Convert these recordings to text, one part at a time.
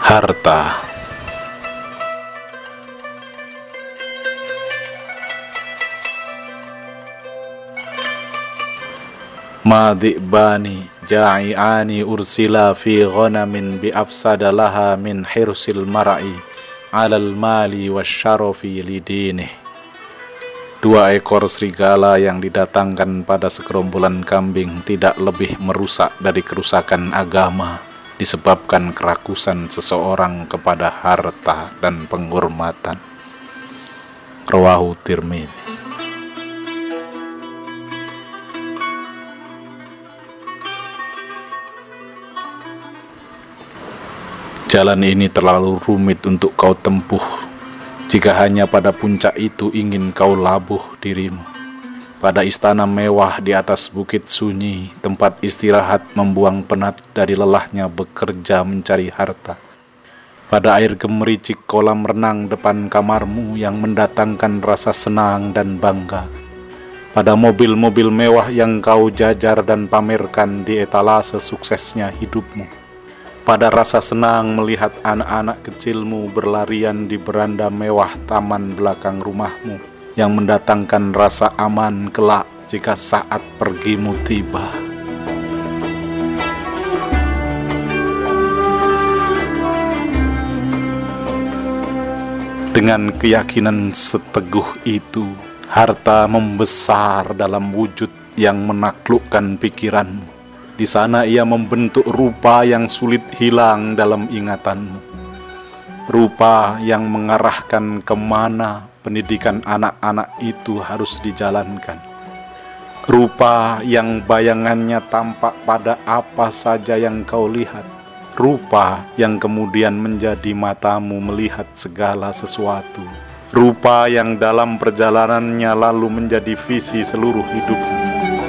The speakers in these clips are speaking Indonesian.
Harta. Madibani ja'i'ani ursila fi ghanamin bi afsada laha min hirsil mar'i 'alal mali wasyarafi lidinih. Dua ekor serigala yang didatangkan pada segerombolan kambing tidak lebih merusak dari kerusakan agama disebabkan kerakusan seseorang kepada harta dan penghormatan. Rawahu Tirmidzi. Jalan ini terlalu rumit untuk kau tempuh jika hanya pada puncak itu ingin kau labuh dirimu. Pada istana mewah di atas bukit sunyi, tempat istirahat membuang penat dari lelahnya bekerja mencari harta. Pada air gemericik kolam renang depan kamarmu yang mendatangkan rasa senang dan bangga. Pada mobil-mobil mewah yang kau jajar dan pamerkan di etalase suksesnya hidupmu. Pada rasa senang melihat anak-anak kecilmu berlarian di beranda mewah taman belakang rumahmu yang mendatangkan rasa aman kelak jika saat pergimu tiba. Dengan keyakinan seteguh itu, harta membesar dalam wujud yang menaklukkan pikiranmu. Di sana ia membentuk rupa yang sulit hilang dalam ingatanmu. Rupa yang mengarahkan kemana pendidikan anak-anak itu harus dijalankan. Rupa yang bayangannya tampak pada apa saja yang kau lihat. Rupa yang kemudian menjadi matamu melihat segala sesuatu. Rupa yang dalam perjalanannya lalu menjadi visi seluruh hidupmu.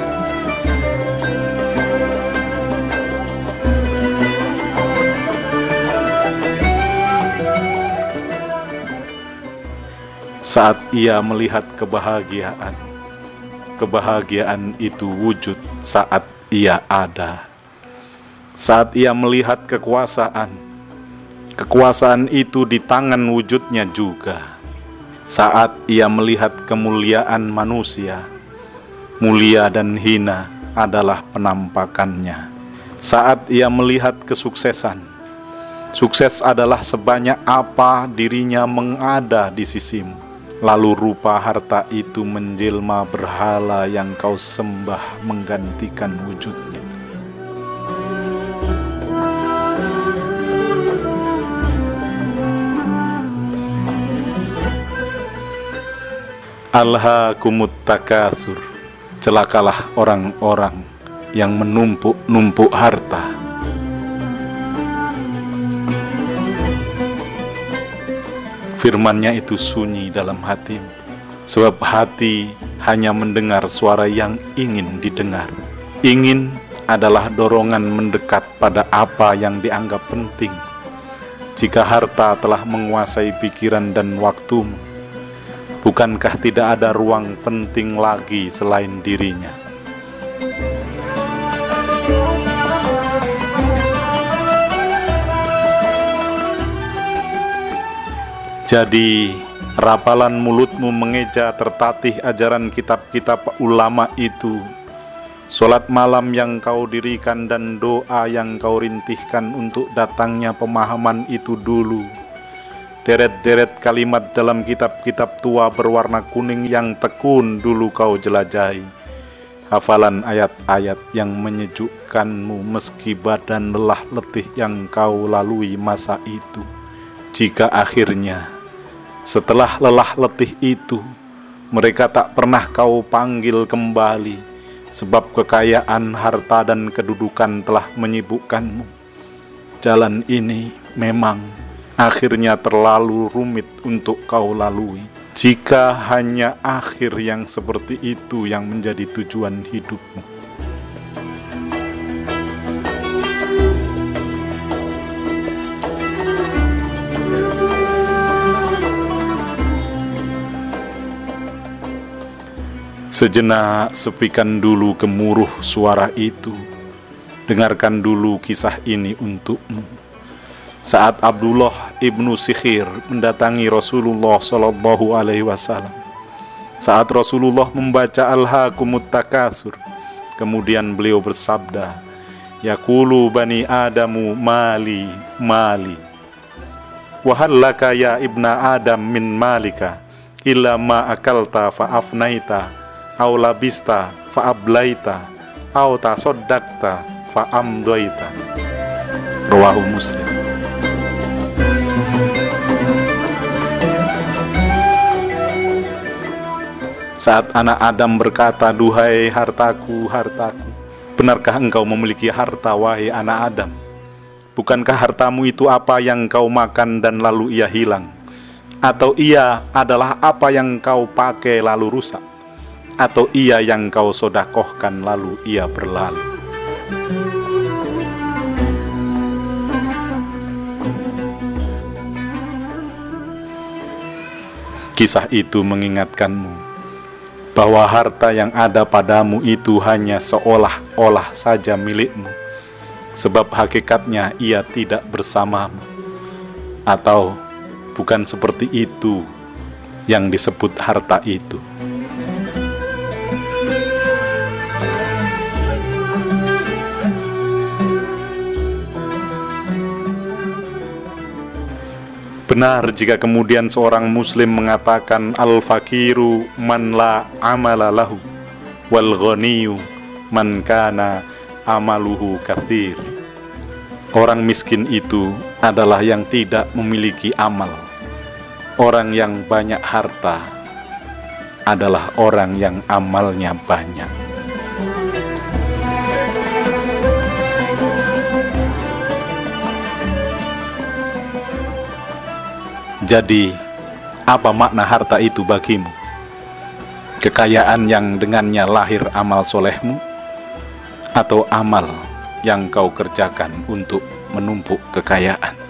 Saat ia melihat kebahagiaan, kebahagiaan itu wujud saat ia ada. Saat ia melihat kekuasaan, kekuasaan itu di tangan wujudnya juga. Saat ia melihat kemuliaan manusia, mulia dan hina adalah penampakannya. Saat ia melihat kesuksesan, sukses adalah sebanyak apa dirinya mengada di sisimu. Lalu rupa harta itu menjelma berhala yang kau sembah menggantikan wujudnya. Alhaakumut takasur, celakalah orang-orang yang menumpuk-numpuk harta. Firman-Nya itu sunyi dalam hatimu, sebab hati hanya mendengar suara yang ingin didengar. Ingin adalah dorongan mendekat pada apa yang dianggap penting. Jika harta telah menguasai pikiran dan waktumu, bukankah tidak ada ruang penting lagi selain dirinya? Jadi, rapalan mulutmu mengeja tertatih ajaran kitab-kitab ulama itu, solat malam yang kau dirikan dan doa yang kau rintihkan untuk datangnya pemahaman itu dulu. Deret-deret kalimat dalam kitab-kitab tua berwarna kuning yang tekun dulu kau jelajahi. Hafalan ayat-ayat yang menyejukkanmu meski badan lelah letih yang kau lalui masa itu. Jika akhirnya setelah lelah letih itu, mereka tak pernah kau panggil kembali, sebab kekayaan, harta, dan kedudukan telah menyibukkanmu. Jalan ini memang akhirnya terlalu rumit untuk kau lalui, jika hanya akhir yang seperti itu yang menjadi tujuan hidupmu. Sejenak sepikan dulu gemuruh suara itu. Dengarkan dulu kisah ini untukmu. Saat Abdullah ibnu Sikhir mendatangi Rasulullah Shallallahu Alaihi Wasallam, saat Rasulullah membaca Alhaakumut Takasur, kemudian beliau bersabda, Yaqulu bani Adamu mali mali, wahallaka ya ibna Adam min malika illa ma akalta fa afnaita aw labista fa ablaita aw tasaddaqta fa amdaita. Rawahu Muslim. Saat anak Adam berkata, duhai hartaku, hartaku, benarkah engkau memiliki harta, wahai anak Adam? Bukankah hartamu itu apa yang kau makan dan lalu ia hilang? Atau ia adalah apa yang kau pakai lalu rusak? Atau ia yang kau sodakohkan lalu ia berlalu? Kisah itu mengingatkanmu bahwa harta yang ada padamu itu hanya seolah-olah saja milikmu, sebab hakikatnya ia tidak bersamamu. Atau bukan seperti itu yang disebut harta itu. Benar jika kemudian seorang muslim mengatakan al-fakiru man la amala lahu wal ghaniyu man kana amaluhu katsir. Orang miskin itu adalah yang tidak memiliki amal. Orang yang banyak harta adalah orang yang amalnya banyak. Jadi, apa makna harta itu bagimu? Kekayaan yang dengannya lahir amal solehmu? Atau amal yang kau kerjakan untuk menumpuk kekayaan?